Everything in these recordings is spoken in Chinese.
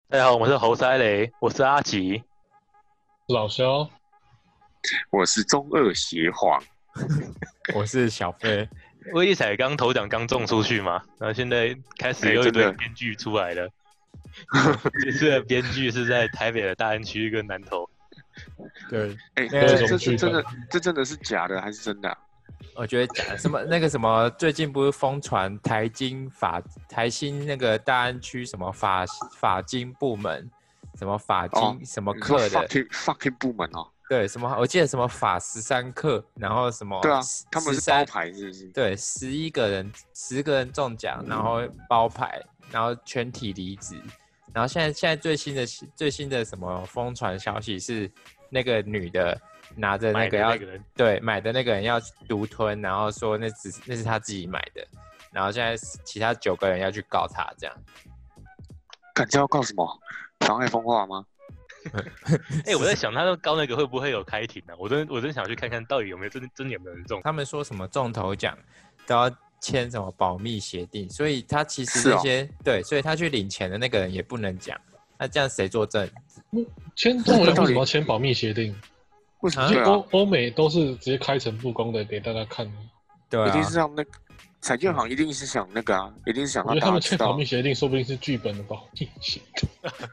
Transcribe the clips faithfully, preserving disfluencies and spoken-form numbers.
大家好，我是侯塞雷，我是阿吉。 老肖， 我是中二邪皇。 我是小飞。 威力彩刚头奖刚中出去嘛，然后现在开始有一堆编剧出来了。这次的编剧是在台北的大安区跟南投。 对， 哎、 那个这这是真的，这真的是假的还是真的、啊？ 我觉得假的。什么那个什么，最近不是疯传台金法台新那个大安区什么法法金部门，什么法金、 哦、 什么课的 fucking fucking 部门哦。 对，什么我记得什么法十三课，然后什么对啊，他们是包牌是不是？ 对，十一个人，十个人中奖，然后包牌，然后全体离职。然后现在现在最新的最新的什么疯传消息是，那个女的拿着那个要买的那个人对买的那个人要独吞，然后说那只那是他自己买的，然后现在其他九个人要去告他，这样。 敢知道告什么？妨碍风化吗？ 哎、欸，我在想他告那个会不会有开庭呢、啊？我真我真想去看看到底有没有真真的有没有人中。 他们说什么中头奖都要签什么保密协定，所以他其实那些、哦、对，所以他去领钱的那个人也不能讲。那这样谁作证？ 签中奖为什么要签保密协定？ 为什么？ 欧欧美都是直接开诚布公的给大家看。 对、啊， 一定是让那个彩券行一定是想那个啊，一定是想让大家知道。我觉得他们签保密协定，说不定是剧本的保密协定。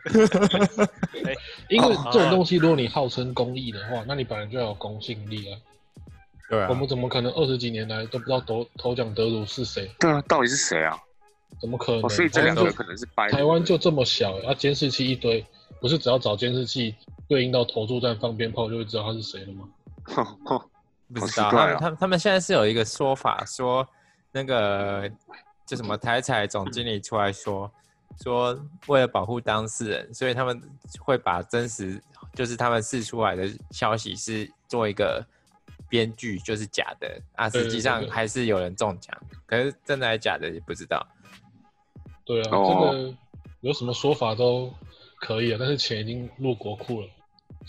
因为这种东西，如果你号称公益的话，那你本来就要有公信力啊。 对啊。 我们怎么可能二十几年来都不知道头头奖得主是谁？ 对啊，到底是谁啊？ 怎么可能？ 哦、所以这两个可能是掰。 台湾就这么小，啊，监视器一堆，不是只要找监视器对应到投注站放鞭炮就会知道他是谁了吗？ 不知道， 啊、 他们他们他们现在是有一个说法，说那个就什么台彩总经理出来说，说为了保护当事人，所以他们会把真实就是他们释出来的消息是做一个编剧，就是假的啊，实际上还是有人中奖，可是真的还是假的也不知道。 对啊，哦、这个有什么说法都可以啊，但是钱已经入国库了。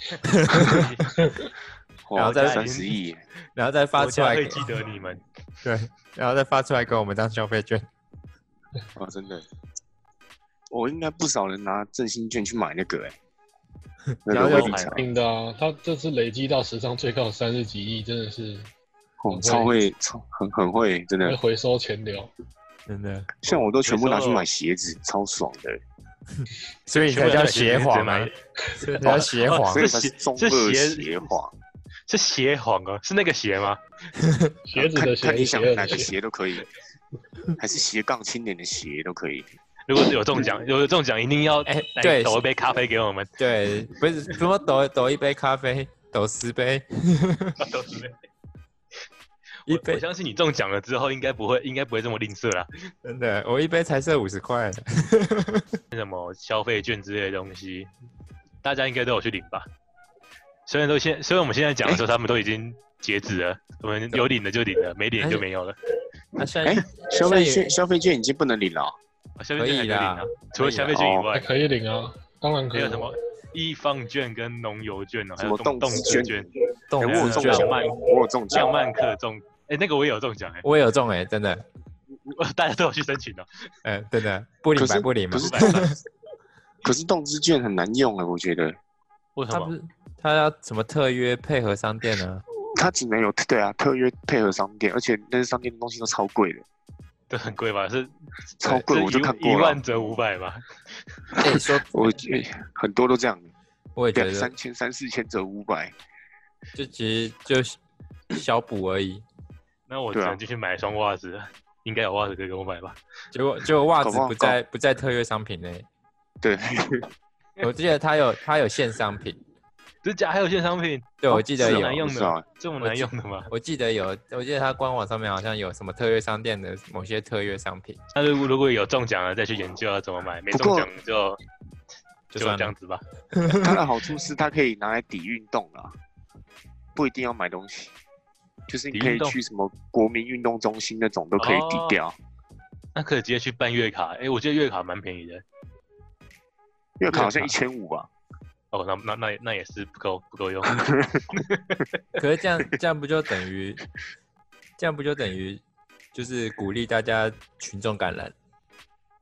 然后再三十亿， 然后再发出来， 会记得你们。 对，然后再发出来给我们当消费券。 啊，真的，我应该不少人拿振兴券去买那个哎、欸，那个威力彩定的啊，他这次累积到史上最高三十几亿，真的是， 哦，超会，超很很会，真的会回收钱流， 真的。 像我都全部拿去买鞋子，超爽的、欸。 所以才叫邪皇嘛，所以才叫邪皇， 所以才是中二邪皇。 是邪皇哦，是那个邪吗？ 鞋子的鞋， 看你想哪个鞋都可以，还是斜杠青年的鞋都可以。 如果是有中奖，有中奖一定要哎，对，抖一杯咖啡给我们。 对，不是不是抖抖一杯咖啡，抖十杯， 抖十杯。一杯，我相信你中奖了之后，应该不会，应该不会这么吝啬啦。 真的，我一杯才剩五十块。 什么消费券之类的东西，大家应该都有去领吧？虽然都现，虽然我们现在讲的时候，他们都已经截止了，我们有领的就领了，没领就没有了。 那现在， 消费券消费券已经不能领了、 哦，消费券可以领啊，除了消费券以外， 可以领啊，当然可以。 还有什么易放券跟农油券哦，还有动动资券， 动资券，我有中奖， 浪漫客中，哎，那个我也有中奖哎， 我也有中哎，真的， 大家都有去申请哦。 哎，真的，不领白不领嘛。 可是动资券很难用哎，我觉得。 为什么？ 他要什么特约配合商店呢？ 他只能有对啊，特约配合商店，而且那些商店的东西都超贵的。 对，很贵吧？是超贵，我就看过了。 一万折五百吧？ 可以说， 我觉得很多都这样。 我也觉得三千、三四千折五百， 就其实就小补而已。 那我只能进去买一双袜子，应该有袜子可以给我买吧？ 结果结果袜子不在不在特约商品内。 对。 我记得它有它有线商品， 真假还有线商品？ 对，我记得有。 难用的，这么难用的吗？ 我记得有，我记得它官网上面好像有什么特约商店的某些特约商品。 那如果如果有中奖了，再去研究要怎么买；没中奖就就这样子吧。 它的好处是它可以拿来抵运动啊，不一定要买东西，就是你可以去什么国民运动中心那种都可以抵掉。 那可以直接去办月卡，哎，我记得月卡蛮便宜的。 月卡好像一千五吧？ 哦，那那那那也是不够不够用。 可是这样这样不就等于，这样不就等于，就是鼓励大家群众感染？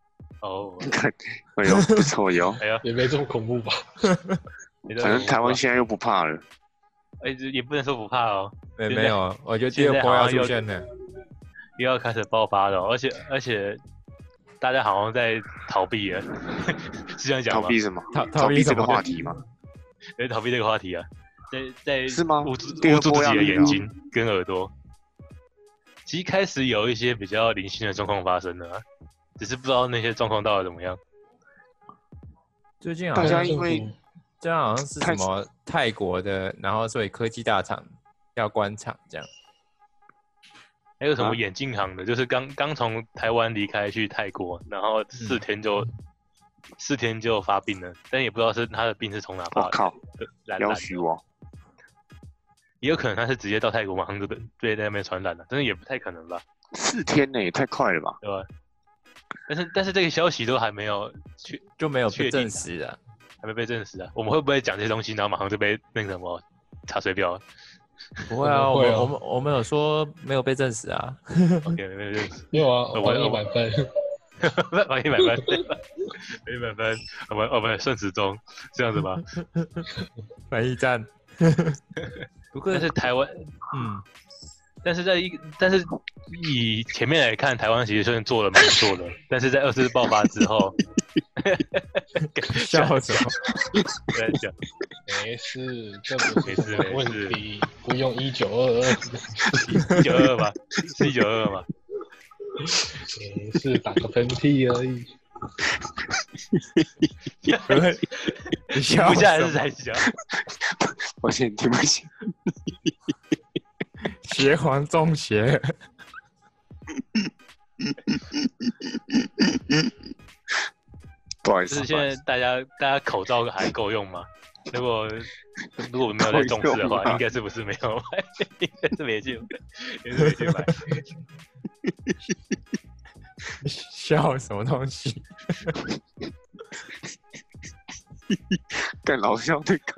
哦， 哎呦，不错哟， 哎呀， 也没这么恐怖吧？ 反正台湾现在又不怕了。 哎，也不能说不怕哦， 没没有，我觉得第二波要出现了， 又要开始爆发了，而且而且大家好像在逃避了，是这样讲吗？ 逃避什么？ 逃逃避这个逃避什么话题吗？ 在逃避这个话题啊，在在是吗捂住第二捂住自己的波要眼睛跟耳朵。其实开始有一些比较零星的状况发生了、啊，只是不知道那些状况到底怎么样。 最近好大像家因为这样好像是什么泰国的，然后所以科技大厂要关厂这样。 还有什么啊眼镜行的，就是刚刚从台湾离开去泰国，然后四天就、嗯、四天就发病了，但也不知道是他的病是从哪发的。 我靠， 懒要许我。 也有可能他是直接到泰国马上就被被在那边传染了，但是也不太可能吧？ 四天呢，也太快了吧？ 对吧？但是但是这个消息都还没有确就没有被证实啊， 还没被证实啊。我们会不会讲这些东西，然后马上就被那个什么查水表？ 不会啊，我们我们我们有说没有被证实啊。 OK， 没有证实。 没有啊，防疫满分。 防疫满分，防疫满分。我们我们顺时钟这样子吧。 防疫站。不过但是台湾，嗯，但是在一，但是以前面来看，台湾其实算做了蛮不错的，但是在二次爆发之后， 笑什么？ 在讲， 没事，这不是没事问题，不用一九二二， 一九二二吧，是一九二二吗？ 没事，打个喷嚏而已。 你停不下来是在讲， 我现在听不下。 邪皇中邪。 不好意思， 就是现在大家大家口罩还够用吗？如果如果没有在重视的话，应该是不是没有买？应该是没去，应该是没去买。 笑什么东西？ 更老笑那个。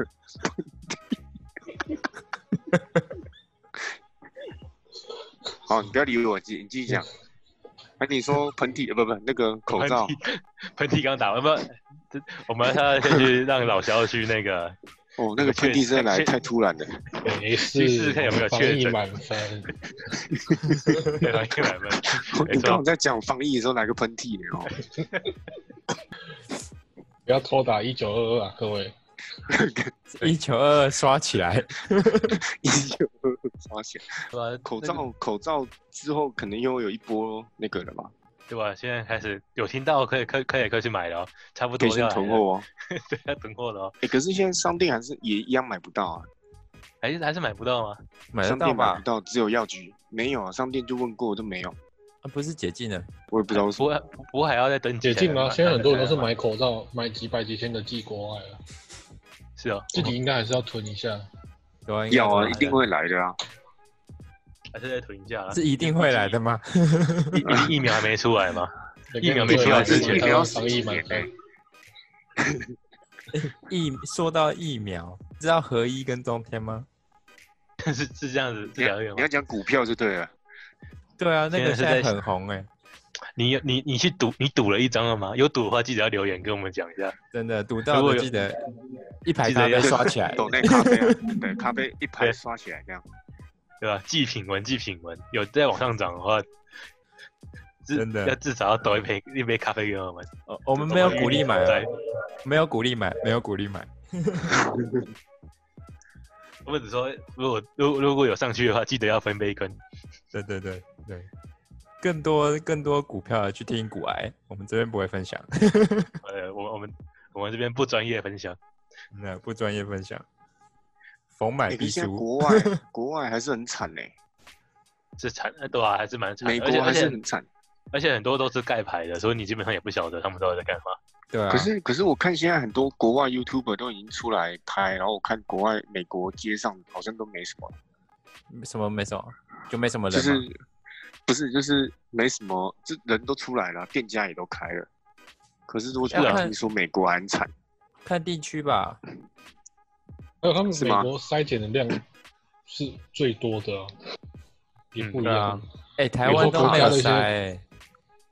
好，你不要理我，你继续讲。哎、啊，你说喷嚏，呃，不不，那个口罩， 喷嚏刚打完，不，我们要先去让老肖去那个。 哦，那个喷嚏真的来太突然了。 没事， 试试看有没有确诊。 防疫满分。 防疫满分。 你刚刚在讲防疫的时候来个喷嚏呢哦。 不要偷打一九二二啊，各位。 一九二二刷起来。 一九二二刷起来。口罩口罩之后可能又有一波那个了吧？ 对吧？现在开始有听到可以可以可以可以去买了、哦，差不多要囤货哦。 对，要囤货了哦。 哎、欸，可是现在商店还是也一样买不到啊。 还是还是买不到吗？ 买得到吧？商店买不到，只有药局没有啊。商店就问过都没有。 啊，不是解禁了？ 我也不知道为什么。 不不过还要再登记。 解禁吗？现在很多人都是买口罩，买几百几千的寄国外了。 是哦， 自己应该还是要囤一下。 要啊，一定会来的啊。 还是再囤一下啊？ 是一定会来的吗？ 疫疫苗还没出来吗？疫苗没出来之前， 疫苗防疫满分。 疫说到疫苗，知道合一跟中天吗？ 是是这样子，是这样你要讲股票就对了。 对啊，那个现在很红哎、欸。 你你你去赌，你赌了一张了吗？有赌的话，记得要留言跟我们讲一下。 真的赌到的记得一排咖啡刷起来， 抖那咖啡啊，对，咖啡一排刷起来这样， 对吧？记品文，记品文，有再往上涨的话， 真的要至少要抖一杯一杯咖啡给我们。 哦，我们没有鼓励买啊，没有鼓励买，没有鼓励买。 我们只说，如果如如果有上去的话，记得要分杯羹。 对对对对。更多更多股票去听股癌，我们这边不会分享。 呃，我我们我们这边不专业分享， 那不专业分享。逢买必输。 国外国外还是很惨嘞、 欸，是惨，对啊，还是蛮惨。 美国还是很惨， 而且很多都是盖牌的，所以你基本上也不晓得他们到底在干嘛。 对啊。 可是可是我看现在很多国外 YouTuber 都已经出来拍，然后我看国外美国街上好像都没什么。 什么没什么？就没什么人。 就是。不是，就是没什么，这人都出来了，店家也都开了，可是我突然听说美国很惨， 看地区吧。 还有他们美国筛检的量是最多的、啊，也不一样。 哎、嗯啊欸，台湾都没有筛、欸，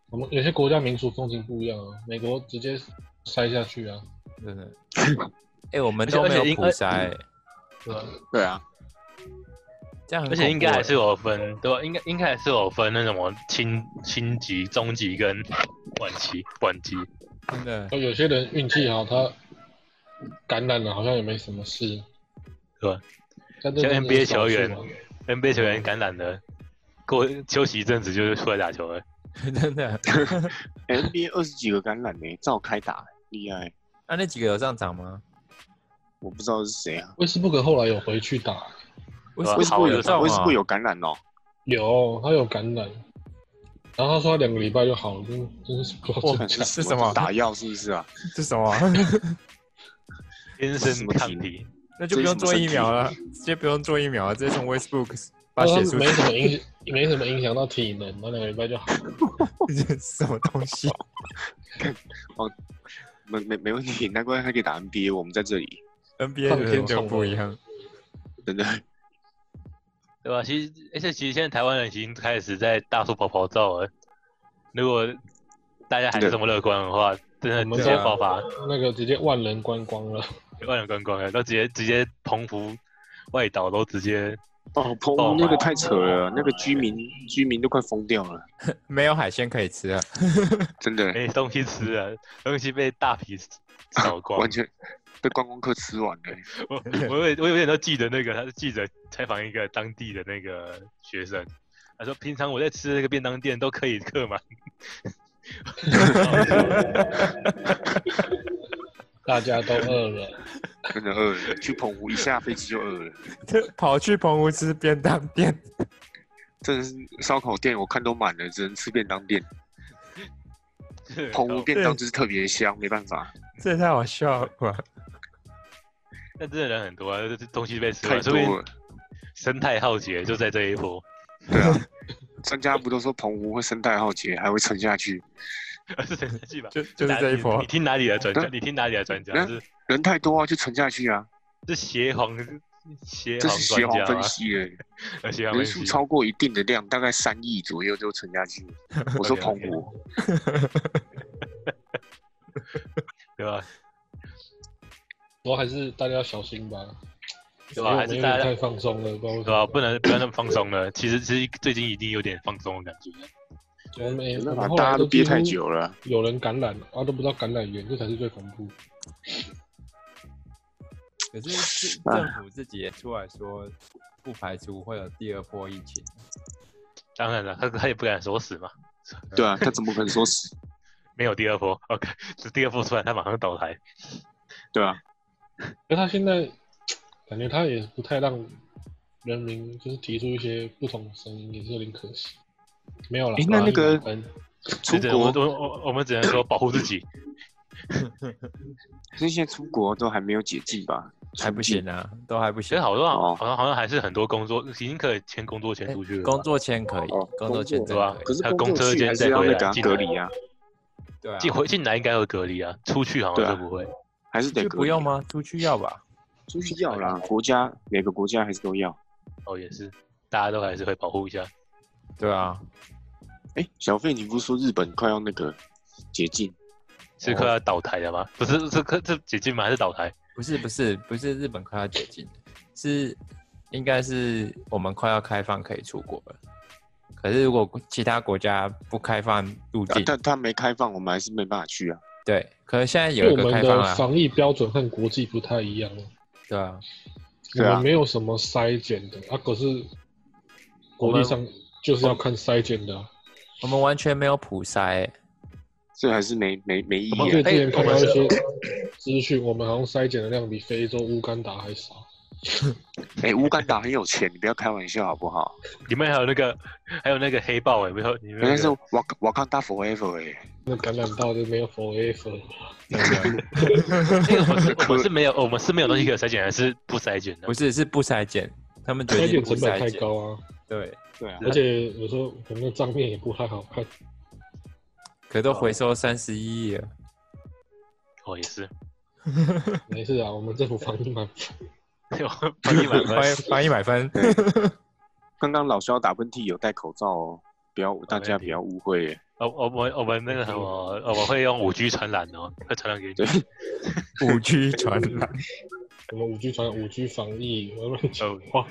我们有些国家民俗风情不一样啊，美国直接塞下去啊， 真的。哎、欸，我们都没有普筛、欸， 对吧？ 对啊， 这样很而且应该还是恐怖有分，对吧？应该应该还是有分那什么轻轻级、中级跟晚期、晚期。 欸真的。 有些人运气好，他感染了好像也没什么事， 对吧？ 像 N B A 球员 ，N B A 球员感染了，过休息一阵子就出来打球了。 真的。 N B A 二十几个感染呢，照开打，厉害。 那、啊、那几个有上场吗？ 我不知道是谁啊。 威斯布鲁克后来有回去打， 威威斯布鲁有上威斯布鲁有感染哦。 有他有感染，然后他说他两个礼拜就好了，真真是不知道真假。 是什么？ 打药是不是啊？ 是什么？ 天生抗体， 那就不用做疫苗了，直接不用做疫苗了，直接从 Westbrook 把血出去。 没什么影，没什么影响到体能，那两个礼拜就好了。 什么东西？ 哦，没没没问题，难怪他可以打 N B A， 我们在这里 N B A 的人就不一样， 真的。 对吧？其实，而且其实现在台湾人已经开始在大处跑跑照了。如果大家还是这么乐观的话，真的直接爆发， 那个直接万人观光了， 万人观光了，都直接直接澎湖外岛都直接。 哦，澎湖那个太扯了，那个居民居民都快疯掉了， 没有海鲜可以吃了， 真的没东西吃了，东西被大批扫光， 完全被观光客吃完了。 我我有我有点都记得那个，他是记者采访一个当地的那个学生，他说平常我在吃那个便当店都可以客满， 大家都饿了， 真的饿了，去澎湖一下飞机就饿了， 跑去澎湖吃便当店， 真的是烧烤店我看都满了，只能吃便当店。澎湖便当就是特别香，没办法。 这也太好笑了吧！ 但真的人很多啊，这东西被吃太完， 多了， 生态浩劫就在这一波。 对啊，专家不都说澎湖会生态浩劫，还会沉下去？ 是沉下去吧？ 就就是这一波。 你听哪里的专家？你听哪里的专家？是人太多啊，就沉下去啊。 是邪皇，邪这是邪皇分吗？ 析诶， 邪皇人数超过一定的量，大概三亿左右就沉下去。我说澎湖， 对吧？ 不过还是大家要小心吧。 对吧？还是大家太放松了， 对吧？不能不要那么放松了。其实其实最近已经有点放松的感觉。 我们没办法，大家都憋太久了。 有人感染了，啊都不知道感染源，这才是最恐怖。 可是政府自己也出来说，不排除会有第二波疫情。 当然了，他他也不敢说死嘛。 对啊，他怎么可能说死？ 没有第二波 ，OK， 这第二波出来，他马上倒台。 对啊， 可他现在感觉他也不太让人民就是提出一些不同的声音，也是有点可惜。没有了。 那那个出国， 我我我们只能说保护自己。 可是现在出国都还没有解禁吧？ 还不行啊，都还不行。 其实好多好像好像还是很多工作已经可以签工作签出去了。 工作签可以，工作签对吧？ 可是公车签再回来隔离啊。 对啊， 进回进来应该有隔离啊，出去好像都不会。 还是得不用吗？出去要吧？ 出去要啦，国家每个国家还是都要。 哦，也是，大家都还是会保护一下。 对啊。 哎，小费，你不是说日本快要那个解禁？ 是快要倒台了吗？不是，是这解禁吗？还是倒台？ 不是，不是，不是日本快要解禁，是应该是我们快要开放可以出国了。可是如果其他国家不开放入境， 啊、但他没开放，我们还是没办法去啊。 对，可是现在有一个开放了。我们的防疫标准和国际不太一样。 对啊， 我们没有什么筛检的啊，可是国际上就是要看筛检的、啊。 我们完全没有普筛， 这还是没没没意义、啊。 我之前看到一些资讯，我们好像筛检的量比非洲乌干达还少。 哎、欸，乌干达很有钱，你不要开玩笑好不好？ 里面还有那个，还有那个黑豹哎、欸，没有？人家是瓦瓦坎达 forever 哎、欸， 那感染到就没有 forever。 那个我们是，我们是没有，我们是没有东西可以筛检，还是不筛检的？ 不是，是不筛检，他们觉得筛检成本太高啊。 对对啊， 而且有时候可能账面也不太好看。 可都回收三十一亿了。 哦，也是。 没事啊，我们政府防疫满分。 防疫满分， 防疫满分。 刚刚老肖打喷嚏有戴口罩哦，不要大家不要误会耶。 哦，我们我们那个什么，我们会用五 G 传染哦，会传染给你。 对， 五 G 传染， 我们五 G 传五 G 防疫，我乱讲话。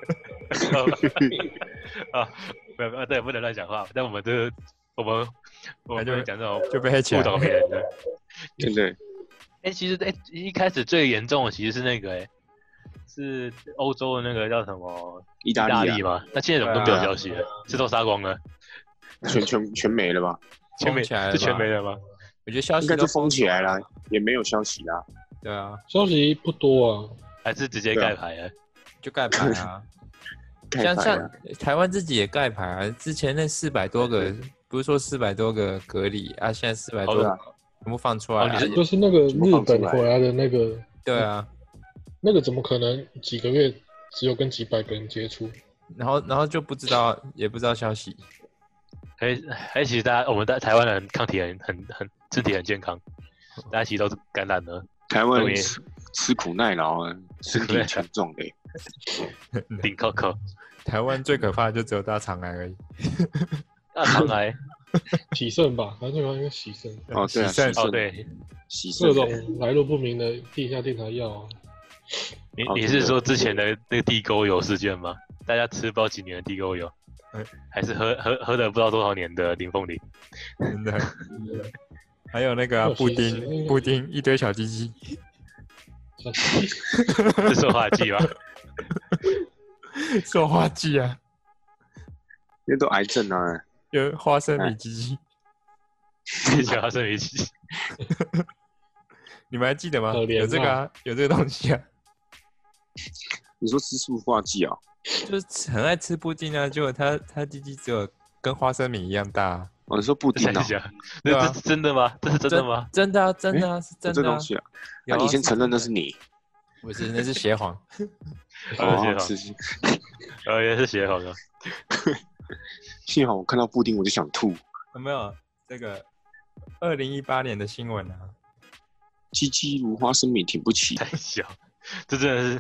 啊，不要对，不能乱讲话。但我们这个我们我们就会讲这种就被黑起来误导别人的。 真的。 哎，其实哎，一开始最严重的其实是那个哎，是欧洲的那个叫什么意大利啊， 嘛？那现在怎么都没有消息了？是都杀光了？ 全全全没了吧？ 全没封起来了吧是全没了吗？ 我觉得消息都应该就封起来了，也没有消息啦。 对啊， 消息不多啊， 还是直接盖牌了？ 就盖牌啊。 盖像像牌啊， 台湾自己也盖牌啊，之前那四百多个，不是说四百多个隔离啊，现在四百多个对啊全部放出来啊。 哦你是就是那个日本回来的那个， 对啊， 那个怎么可能几个月只有跟几百个人接触？ 然后然后就不知道，也不知道消息。 哎哎，其实大家我们在台湾人抗体很很很身体很健康，大家其实都是感染了， 台湾对人吃吃苦耐劳啊，身体强壮的。 顶扣扣台湾最可怕的就只有大肠癌而已。 大肠癌喜肾吧，反正就应该喜肾， 哦，对啊， 喜肾哦，对， 洗各肾种来路不明的地下电台药啊。 你哦你是说之前的那个地沟油事件吗？大家吃不知道几年的地沟油哎， 还是喝喝喝了不知道多少年的林凤梨？ 真的。还有那个啊有布其实丁，布丁一堆小鸡鸡， 小鸡是塑化剂吗？ 塑化剂啊， 那都癌症啊。 有花生米鸡鸡， 小花生米鸡， 你们还记得吗？ 可怜啊有这个啊，有这个东西啊， 你说吃塑化剂啊？ 就是很爱吃布丁啊，结果他他鸡鸡只有跟花生米一样大啊。 哦，你说布丁啊？ 真的假的？ 对啊那这是真的吗？这是真的吗？ 真的啊，真的啊，是有真的啊。 这东西啊？ 有啊那你先承认那是你。 不是，那是邪皇。 哦， 是是是。 呃，也是写好的。 幸好我看到布丁我就想吐。 有没有这个二零一八年的新闻啊？ 鸡鸡如花生米挺不起。 太小，这真的是。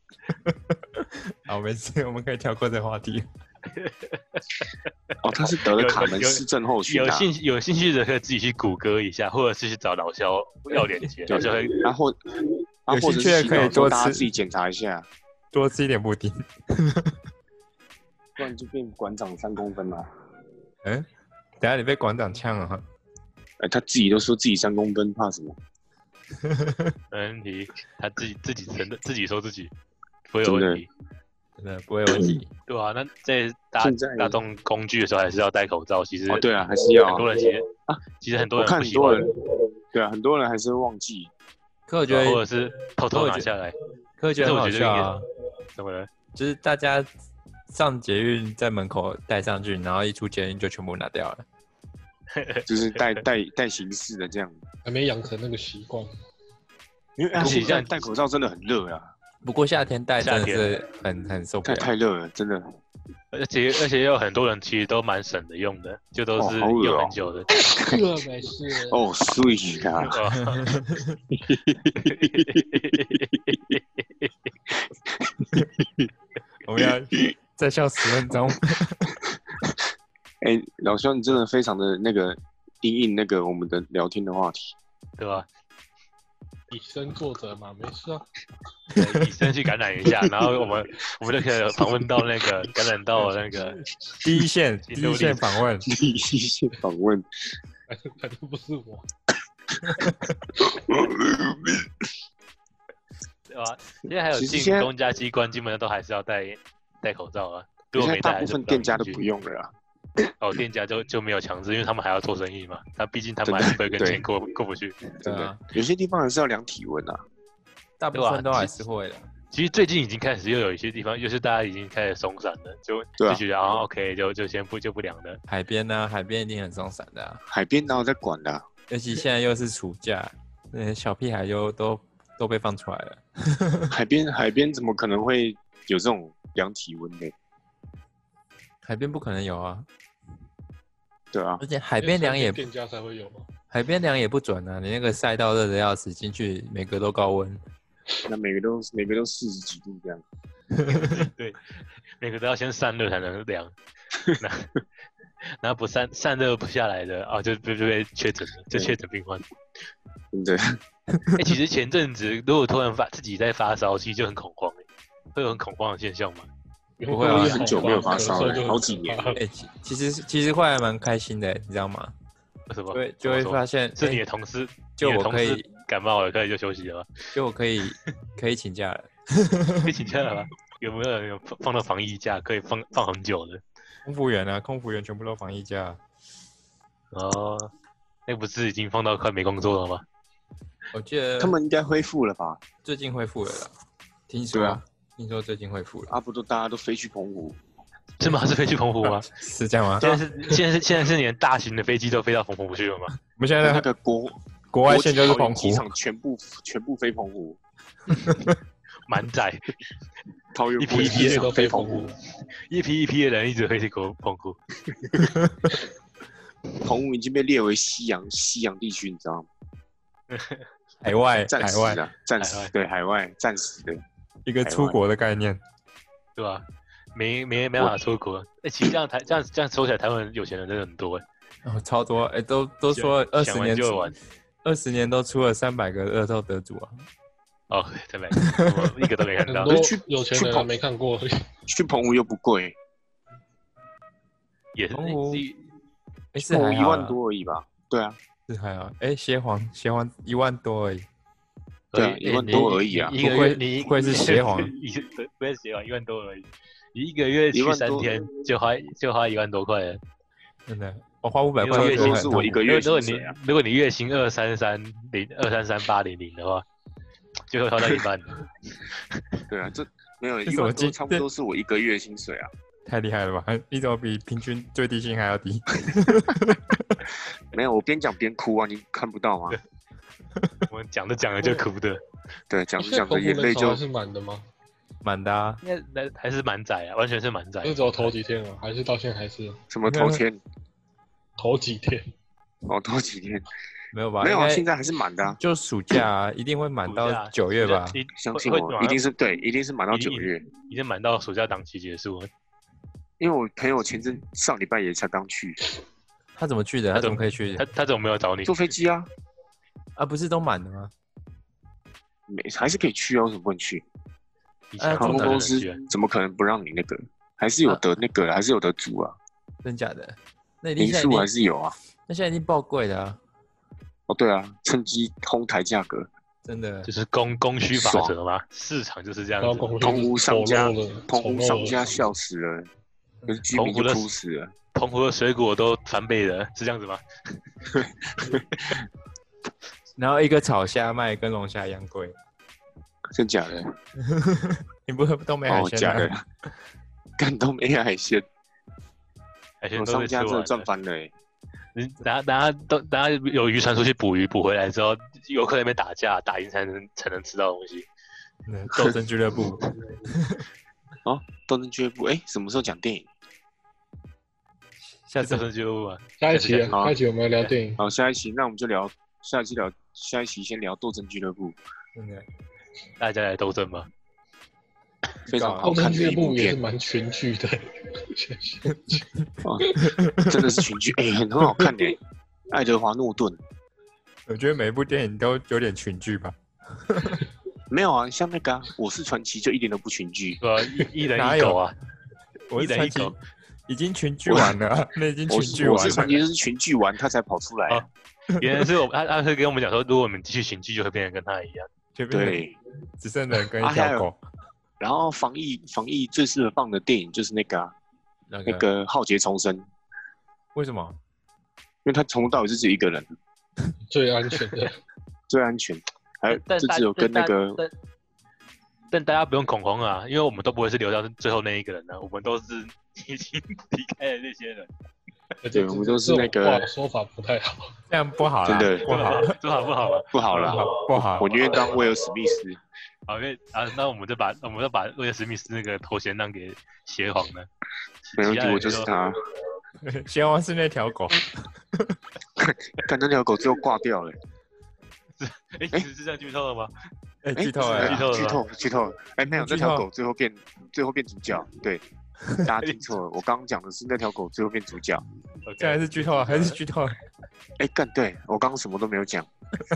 好，没事，我们可以跳过这个话题。 哦，他是得了卡门氏症候群啊。 有兴有兴趣的可以自己去谷歌一下，或者是去找老肖要链接， 对老肖会。 然后，啊， 有或者兴趣的可以是洗澡之后多吃大家自己检查一下， 多吃一点布丁。 不然就变馆长三公分了。 嗯，等一下你被馆长呛了哈。 哎，他自己都说自己三公分，怕什么？ 没问题，他自己自己承认，自己说自己不会有问题， 真的不会有问题。 对啊，那在大现在大众工具的时候还是要戴口罩。其实哦，对啊，还是要啊很多人其实啊， 其实很多我人不喜欢看很多人，对啊，很多人还是会忘记。 可我觉得， 或者是偷偷拿下来。 可我觉得很好笑啊， 怎么了？ 就是大家上捷运在门口带上去，然后一出捷运就全部拿掉了。 就是带带带形式的这样， 还没养成那个习惯。 因为啊， 不过现在戴口罩真的很热啊， 不过夏天戴真的夏天是很很受不太了。 太热了，真的。 而且而且也有很多人其实都蛮省的用的，就都是哦好恶哦用很久的。 这个没事。 哦，sweet 啊， 我们要再笑十分钟。 哎，老肖，你真的非常的那个因应那个我们的聊天的话题， 对吧？ 以身作则嘛，没事啊。 对以身去感染一下，然后我们我们就可以访问到那个感染到那个第一线，第一线访问， 第一线访问， 反正反正不是我。 对吧？现在还有进其实现在公家机关，基本上都还是要戴戴口罩啊。如现在果没戴， 大部分店家都不用了啦。 哦，店家就就没有强制，因为他们还要做生意嘛。他毕竟他们真的还是不会跟对钱过过不去。 真的对啊， 有些地方还是要量体温啊。 大部分都还是会的。 其实最近已经开始又有一些地方，就是大家已经开始松散了，就、 对啊就觉得啊 OK，就就先不就不量了。 海边呢、海边一定很松散的、啊， 海边哪有在管的啊？ 尤其现在又是暑假，那些小屁孩又都都被放出来了。 海边海边怎么可能会有这种量体温呢？ 海边不可能有啊， 对啊而，且海边量也店家才会有嘛。 海边量也不准啊，你那个晒到热的要死，进去每个都高温。 那每个都每个都四十几度这样。 对，每个都要先散热才能量。那然后不散散热不下来的啊，就就就被确诊了，就确诊病患。 真的。 哎、其实前阵子如果突然发自己在发烧，其实就很恐慌、欸，会有很恐慌的现象吗？ 不会啊我也很久没有发烧了，好几年。 哎、欸，其实其实会还蛮开心的，你知道吗？ 为什么？ 对，就会发现是你的同事， 就我可以感冒了，可以就休息了吗？ 就我可以可以请假了， 可以请假了吗？有没有人放到防疫假，可以放放很久的？ 空服员啊，空服员全部都防疫假。 哦，那不是已经放到快没工作了吗？ 我记得他们应该恢复了吧？ 最近恢复了啦，听说、啊、听说最近恢复了。 啊，不都大家都飞去澎湖？ 是吗？是飞去澎湖吗？ 是这样吗？ 现在是现在是现在是连大型的飞机都飞到澎湖去了吗？ 我们现在那个国国外线就是澎湖， 机场全部全部飞澎湖， 满载， 桃园一批一批都飞澎湖， 一批一批的人一直飞去国澎湖。 澎湖已经被列为西洋西洋地区，你知道吗？ 海外暂时海外啊，暂时对海外暂时的一个出国的概念， 对吧？没没没办法出国。哎、欸，其实这样台这样这样说起来，台湾有钱人真的很多哎、 欸，哦，超多哎、欸，都都说二十年就完， 二十年都出了三百个乐透得主啊。 哦，三百个，我一个都没看到。 很多有钱人没看过， 去澎湖又不贵， 也是澎湖，哎、欸，是澎湖还一万多而已吧？对啊， 是还好。哎、欸，邪皇邪皇一万多而已。 对啊，一万多而已啊！ 一个月你不愧是邪皇， 不会是邪皇，一万多而已。你一个月去三天就花就花一万多块了， 真的，我花五百块月薪是我一个月薪水啊。 如果你月薪二三三零二三三八零零的话，就会花到一半。 对啊，这没有一万多，差不多是我一个月薪水啊！ 太厉害了吧？你怎么比平均最低薪还要低？ 没有，我边讲边哭啊，你看不到吗？ 我们讲着讲着就哭的。 对，讲着讲着眼泪就。 是满的吗？ 满的啊， 应该还是满载啊，完全是满载。 是只有头几天啊，还是到现在还是？ 什么头天？ 头几天？ 哦，头几天？ 没有吧？ 没有啊，现在还是满的啊。 就暑假啊，一定会满到九月吧？ 相信我，一定是对，一定是满到九月， 已经满到暑假档期结束了。 因为我朋友前阵上礼拜也才刚去。 他怎么去的？他怎么可以去？ 他他怎么没有找你？ 坐飞机啊？ 啊，不是都满了吗？ 没，还是可以去啊，为什么不能去？ 航空公司怎么可能不让你那个？还是有得那个，还是有得住啊？ 真假的？那民宿还是有啊？ 那现在已经爆贵了啊！ 哦，对啊，趁机哄抬价格， 真的就是供供需法则嘛，市场就是这样子。 澎湖商家，澎湖商家笑死了，可是居民就哭死了。 澎湖的水果都翻倍了，是这样子吗？ 然后一个炒虾卖跟龙虾一样贵。 真假的？ 你不都没海鲜？ 哦，假的，干都没海鲜。 海鲜都商家真的赚翻了哎！ 你等下等下都等下有渔船出去捕鱼，捕回来之后，游客那边打架，打赢才能才能吃到东西。 斗争俱乐部。 哦，斗争俱乐部，哎，什么时候讲电影？ 下次斗争俱乐部啊， 下一期啊，下一期我们聊电影。 好，下一期那我们就聊下一期聊下一期先聊斗争俱乐部。 真的。 大家来斗争吗？ 非常好看的一部片， 也是蛮群剧的， 哦，真的是群剧，哎、欸，很很好看的，爱德华诺顿。 我觉得每一部电影都有点群剧吧。 没有啊，像那个、啊《我是传奇》就一点都不群剧， 对啊，一人一狗啊， 我是传奇已经群剧完了，那已经群剧完了。 我是传奇就是群剧完，他才跑出来、啊。 原来是我他他会跟我们讲说，如果我们继续群剧，就会变成跟他一样。 对， 只剩人跟一条狗。啊、 然后防疫防疫最适合放的电影就是那个、啊、那个《那個、浩劫重生》。 为什么？ 因为他从头到尾是只有一个人， 最安全的， 最安全。还有就只有跟那个但，但大家不用恐慌啊，因为我们都不会是留到最后那一个人啊，我们都是已经离开的那些人。 对，我们都是那个说法不太好， 这样不好， 真的不好，不好，不好了， 不好了， 不好。 我宁愿当威尔史密斯。 好，因为啊，那我们就把我们就把威尔史密斯那个头衔让给邪皇了。 没问题，我就是他。 邪皇是那条狗， 看那条狗最后挂掉了。 哎，其实是这样剧透了吗？ 哎，剧透了， 剧透，剧透，剧透。哎，没有，那条狗最后变最后变主角，对。大家听错了，我刚刚讲的是那条狗最后变主角。 这还是剧透啊？还是剧透啊？ 哎，干，对我刚刚什么都没有讲。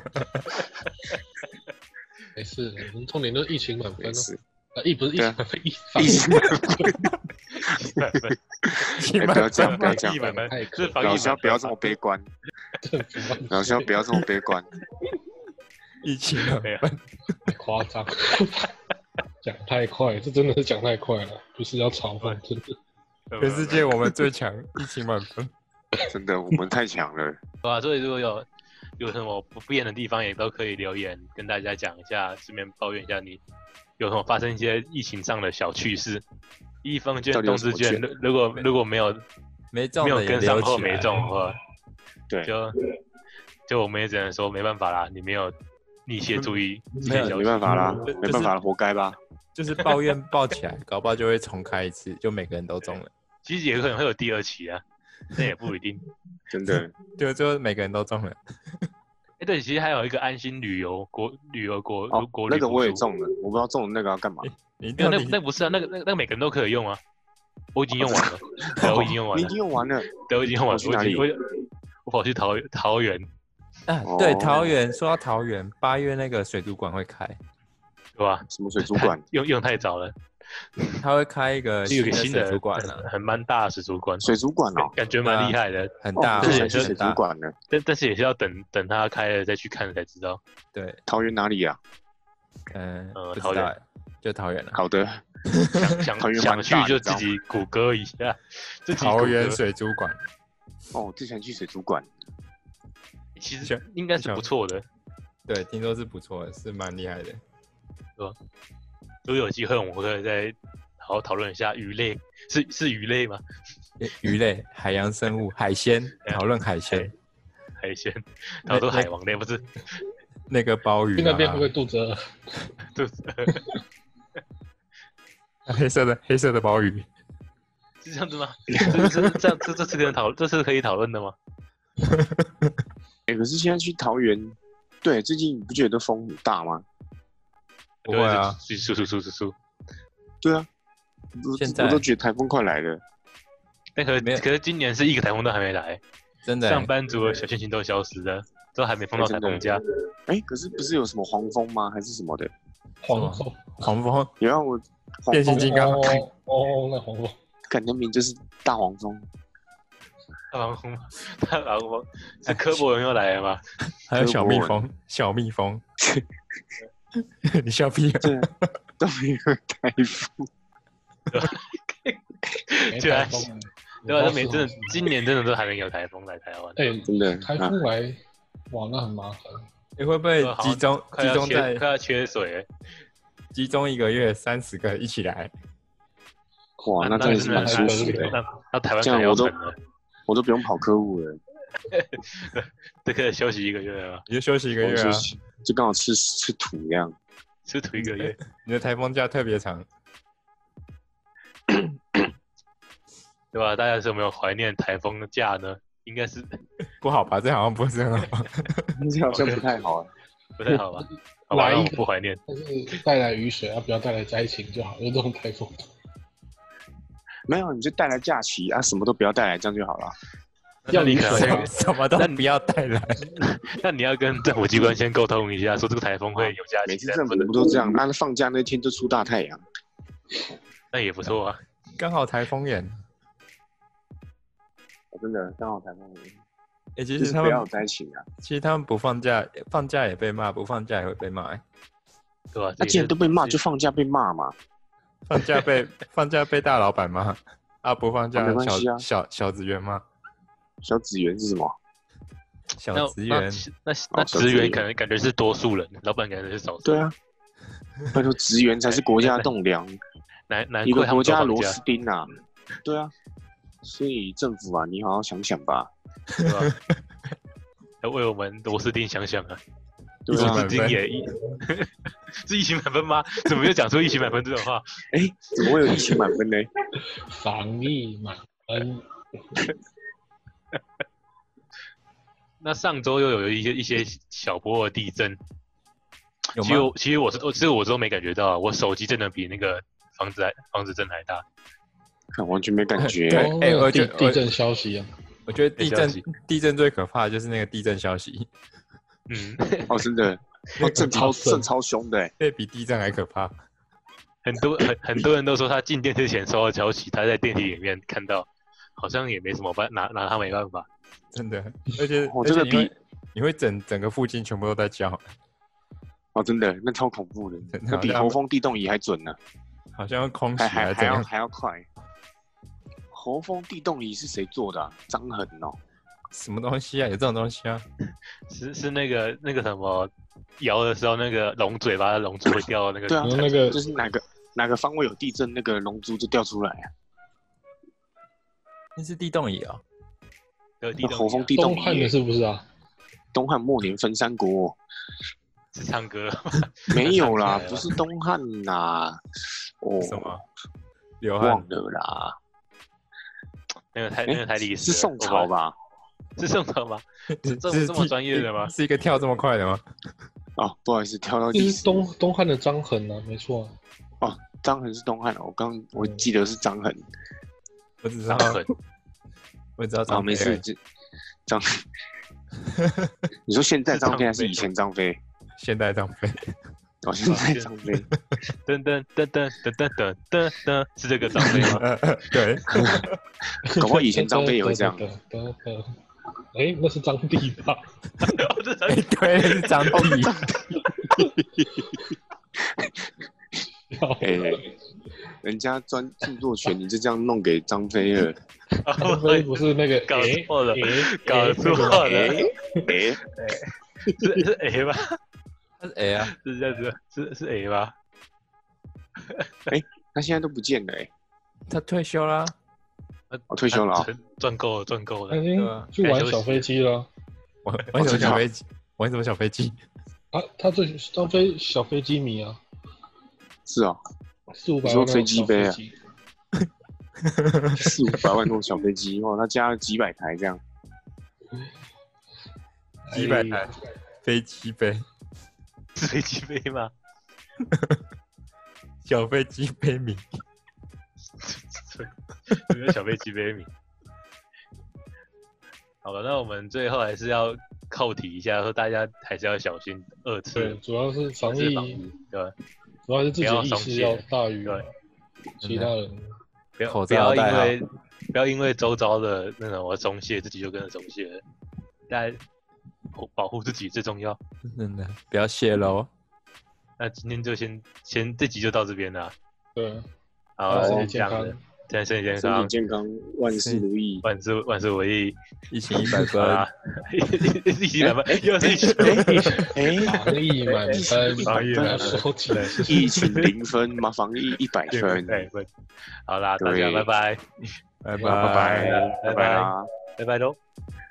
没事，我们重点都是疫情满分哦。 没事， 啊，疫不是疫情满分，疫疫情满分。 满分， 哎，不要这样，不要这样， 疫满分，这防疫老满分肖不要这么悲观，老肖不要这么悲观。 疫情满分， 太夸张，讲太快，这真的是讲太快了，不是要嘲讽，真的。 全世界我们最强，疫情满分。 真的，我们太强了。 对吧？所以如果有有什么不便的地方，也都可以留言跟大家讲一下，顺便抱怨一下你有什么发生一些疫情上的小趣事。一方券、冬至券，如果如果没有没中没有跟上或或没中的话， 对， 就就我们也只能说没办法啦，你没有密切注意这没有些消息， 没办法啦， 就是没办法了，活该吧。 就是抱怨抱起来，搞不好就会重开一次，就每个人都中了。 其实也可能会有第二期啊，那也不一定。 真的， 就就每个人都中了。 哎，对，其实还有一个安心旅游国旅游国哦国，旅那个我也补助， 中了，我不知道中了那个要干嘛。 你没有那到底那不是啊，那个那个那个每个人都可以用啊，我已经用完了，对，我已经用完了你已，经用完了。 对，我已经用完了， 跑去哪里我已经我我跑去桃桃园， 啊？ 哦对，桃园说到桃园，八月那个水族馆会开， 对吧？ 什么水族馆？ 用用太早了， 他会开一个有一个新的新的水族馆啊， 很蛮大的水族馆， 水族馆哦， 感觉蛮厉害的， 很大， 哦我是想去水族很大。 馆了。 但但是也是要等等它开了再去看才知道。 对， 桃园哪里啊？ 嗯， 呃桃园不知道欸，就桃园了。 好的， 想桃园想想去蛮大的你知道就自己谷歌一下，自己桃园谷歌水族馆， 哦，之前去水族馆， 其想实应该是不错的。 对，听说是不错的，是蛮厉害的。 如果有机会，我们可以再好好讨论一下鱼类，是是鱼类吗？ 鱼类、海洋生物、海鲜， 啊讨论海鲜， 海鲜，他说海王类不是？ 那个鲍鱼去那边会不啊， 会肚子饿？ 就是黑色的黑色的鲍鱼， 是这样子吗？这这这样这这是可以讨这是可以讨论的吗？ 哎，可是现在去桃园，对，最近你不觉得风很大吗？ 不会啊， 输输输输输输。 对啊，我现在我都觉得台风快来了。 但可是没有可是今年是一个台风都还没来， 真的欸上班族的小心情都消失了，都还没碰到台风假。 哎，可是不是有什么黄蜂吗？还是什么的？ 黄蜂， 黄蜂有让我黄变形蜂金刚哦哦，那黄蜂， 感觉名就是大黄蜂。 大黄蜂，大黄蜂是科博文又来了吗？ 还有小蜜蜂，小蜜蜂，你笑屁啊！ 对啊，都没有台风。 没居然台风， 对吧？都没真的，今年真的都还没有台风来台湾。 哎， 真的台风来，哇，那很麻烦。 你会不会好像集中快要缺集中在快要缺水了， 集中一个月三十个一起来？ 哇，那真的是蛮舒服的。 那那台湾可能这样我都要沉了， 我都不用跑客户了， 这个休息一个月了， 你就休息一个月啊我就！就刚好吃吃土一样。 吃土一个月。 你的台风假特别长， 对吧？大家是有没有怀念台风的假呢？应该是不好吧？这好像不是很好。 这好像不太好啊。 不太好吧？好吧，那我来一个不怀念。 但是带来雨水，啊，不要带来灾情就好。有这种台风， 没有，你就带来假期啊，什么都不要带来，这样就好了。 那你可水能， 什么都不要带来。 那你要跟政府机关先沟通一下，说这个台风会有假期的， 每次政府不都这样？那放假那天就出大太阳。 那也不错啊。 刚好台风眼， 哦真的刚好台风天， 哎、其就是不要有实他们灾情啊。 其实他们不放假，放假也被骂，不放假也会被骂、欸。 对吧？ 那既然都被骂， 这就放假被骂嘛。 放假被放假被大老板骂，啊不放假哦没关系小、 啊小小职员骂， 小职员是什么？ 小那职员那那那小职员职员可能感觉是多数人，老板感觉是少数。 对啊，拜托，职员才是国家的栋梁， 难难一个怪他们国家螺都放假， 丝钉啊。对啊，所以政府啊，你好好想想吧。 对吧？要为我们螺丝钉想想啊！ 对啊螺丝，钉也一是疫情满分吗？怎么又讲出疫情满分这种话？ 哎，怎么会有疫情满分呢？ 防疫满分。 那上周又有一些一些小波的地震， 有吗？ 其实我其实我是我这个我都没感觉到啊，我手机震的比那个房子还房子震还大。 看完全没感觉。 对哦， 哎我那个地觉得我地震消息啊， 我觉得地震消息地震最可怕的就是那个地震消息， 嗯， 哦，真的，哦，震超震超凶的欸， 对比地震还可怕。 很多很很多人都说他进电梯前收到消息，他在电梯里面看到，好像也没什么办，拿拿他没办法。 真的，而且哦这个而且你会比你会整整个附近全部都在叫， 哦，真的，那超恐怖的， 真的那比好像侯风地动仪还准呢， 好像空袭还还还要还怎样？ 还要快。侯风地动仪是谁做的啊？张衡哦， 什么东西啊？有这种东西啊？ 是是那个那个什么摇的时候，那个龙嘴巴龙珠会掉到那个对啊， 那个就是哪个哪个方位有地震，那个龙珠就掉出来啊。 那是地动仪哦。 的地动仪啊侯风地动东汉的仪耶， 是不是啊？ 东汉末年分三国哦， 是唱歌， 没有啦， 想起来了不是东汉啦，哦， 什么？流汗忘了啦， 那个太那个太历史了是宋朝？吧？ 是宋朝吗？这这是这么专业的吗？ 是一个跳这么快的吗？ 哦，不好意思，跳到就是历史。 东东汉的张衡啊，没错啊。 哦，张衡是东汉哦，我刚我记得是张衡。 我只知道， 很啊， 我只知道张没事， 飞， 这张。你说现在张飞还是是张飞以前张飞？ 现代张飞。 哦，现在张飞。 噔噔噔噔噔噔噔噔噔，是这个张飞吗？ 对， 搞不好以前张飞也会这样。 哎，那是张帝吧？ 这张哎对，是张帝。 哎，人家专著作权，你就这样弄给张飞了。 张飞不是那个搞诶错了诶搞错了哎哎， 是是 A 吧？ 他是 A 啊， 是这样子，是是 A 吧？ 他现在都不见了哎， 他退休啦。 我退休了啊。 赚赚够了，赚够了他。已经去玩小飞机了玩玩什么小飞机？玩什么小飞机？ 啊！他最张飞小飞机迷啊， 是啊， 四五百你说飞万那种小机杯啊飞机， 四五百万那种小飞机哦，他加了几百台这样。 几百台飞机杯， 是飞机杯吗？ 小飞机杯迷。 有没有小飞机杯迷？好了，那我们最后还是要扣题一下，说大家还是要小心二次对，主要是防二次防疫， 疫，对吧？ 主要是自己的意不要松懈识要大于对其他人。 不要口不要因罩戴好为不要因为周遭的那种松懈，自己就跟着松懈了。大家保保护自己最重要。 真的不要泄露。 那今天就先先这集就到这边了。 对， 好， 身体是这样的健康，， 现在身体健身体康， 健康，万事如意。 万事万事如意。 疫情一百好分啦，，一起来吧，又是一起。 哎， 防疫满分， 防疫满分收起来。 疫情零分嘛，防疫一百分。 对，分。好啦，大对家拜拜， 拜拜拜拜拜拜啦。 拜拜喽。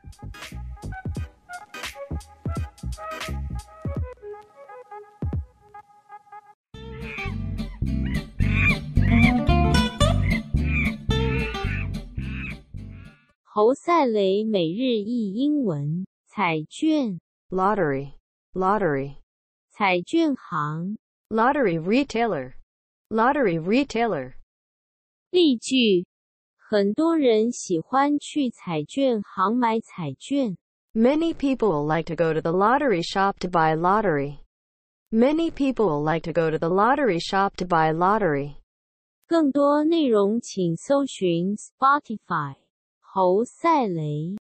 侯赛雷每日一英文彩券 lottery, lottery, 彩券行 lottery retailer, lottery retailer. 例句，很多人喜欢去彩券行买彩券。 Many people like to go to the lottery shop to buy lottery. Many people like to go to the lottery shop to buy lottery. 更多内容请搜寻 Spotify 侯赛雷。